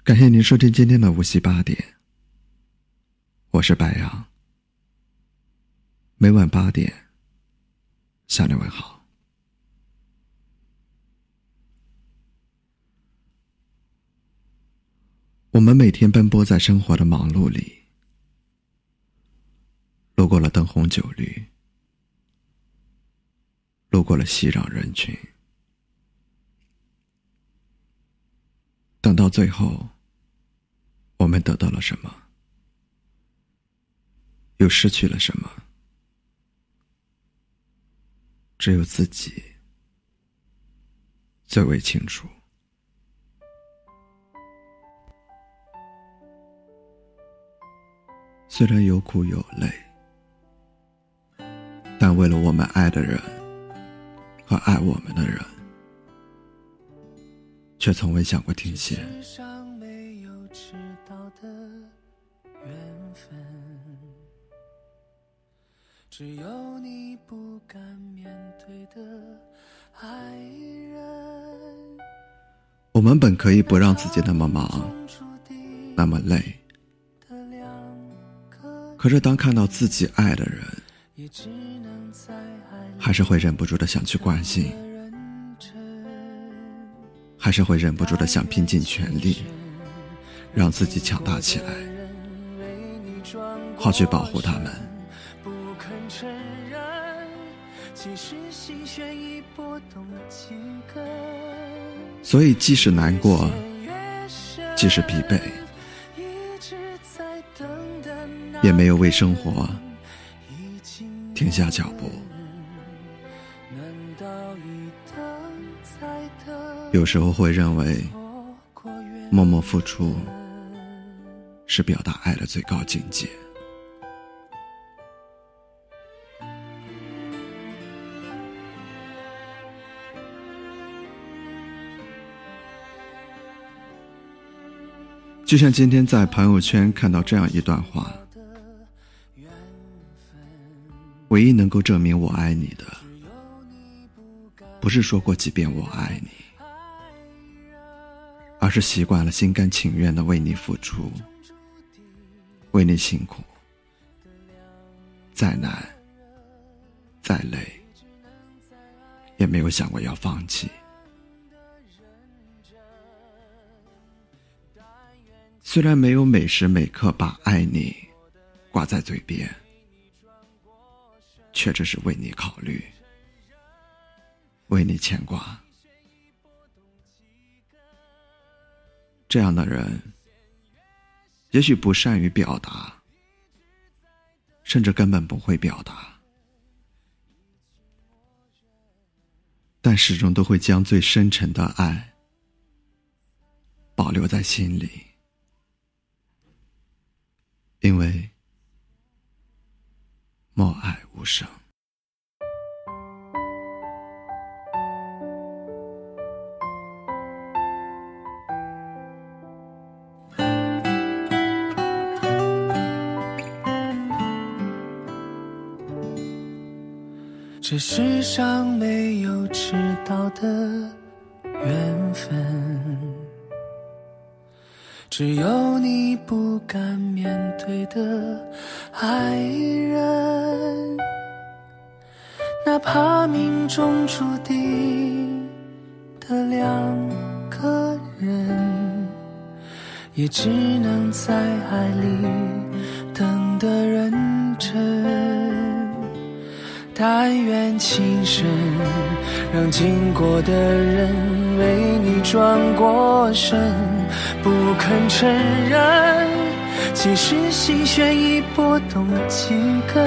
感谢您收听今天的无锡8点，我是白杨，每晚8点向你问好。我们每天奔波在生活的忙碌里，路过了灯红酒绿，路过了熙攘人群，等到最后，我们得到了什么，又失去了什么，只有自己最为清楚。虽然有苦有累，但为了我们爱的人和爱我们的人，却从未想过停歇。 世上没有迟到的缘分，只有你不敢面对的爱人。 我们本可以不让自己那么忙，那么累，可是当看到自己爱的人，还是会忍不住的想去关心，还是会忍不住的想拼尽全力让自己强大起来，好去保护他们。所以即使难过，即使疲惫，也没有为生活停下脚步。有时候会认为默默付出是表达爱的最高境界。就像今天在朋友圈看到这样一段话，唯一能够证明我爱你的，不是说过几遍我爱你，而是习惯了心甘情愿地为你付出，为你辛苦，再难再累，也没有想过要放弃。虽然没有每时每刻把爱你挂在嘴边，却只是为你考虑，为你牵挂。这样的人也许不善于表达，甚至根本不会表达，但始终都会将最深沉的爱保留在心里，因为默爱无声。 这世上没有迟到的缘分，只有你不敢面对的爱人。哪怕命中注定的2个人，也只能在爱里等得认真。但愿情深，让经过的人为你转过身，不肯承认，其实心弦已拨动几根，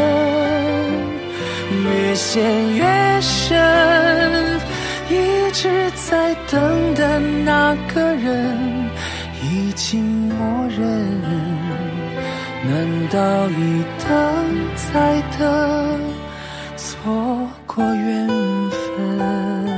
越陷越深。一直在等的那个人已经默认，难道一等再等，错过缘分？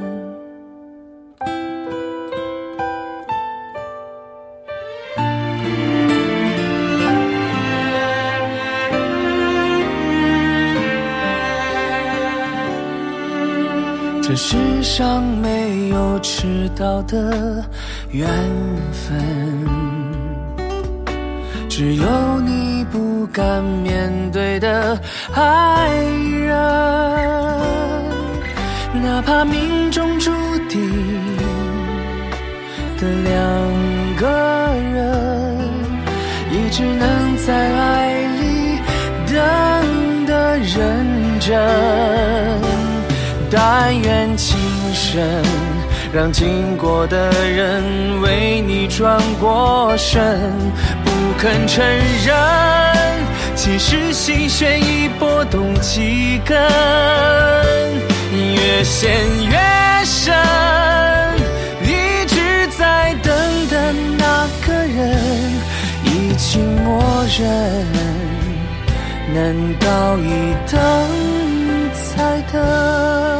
这世上没有迟到的缘分， 只有你不敢面对的爱人。哪怕命中注定的两个人，也只能在爱里等得认真。但愿情深，让经过的人为你转过身，不肯承认，其实心弦已拨动几根，越陷越深，一直在等的那个人已经默认，难道一等再等？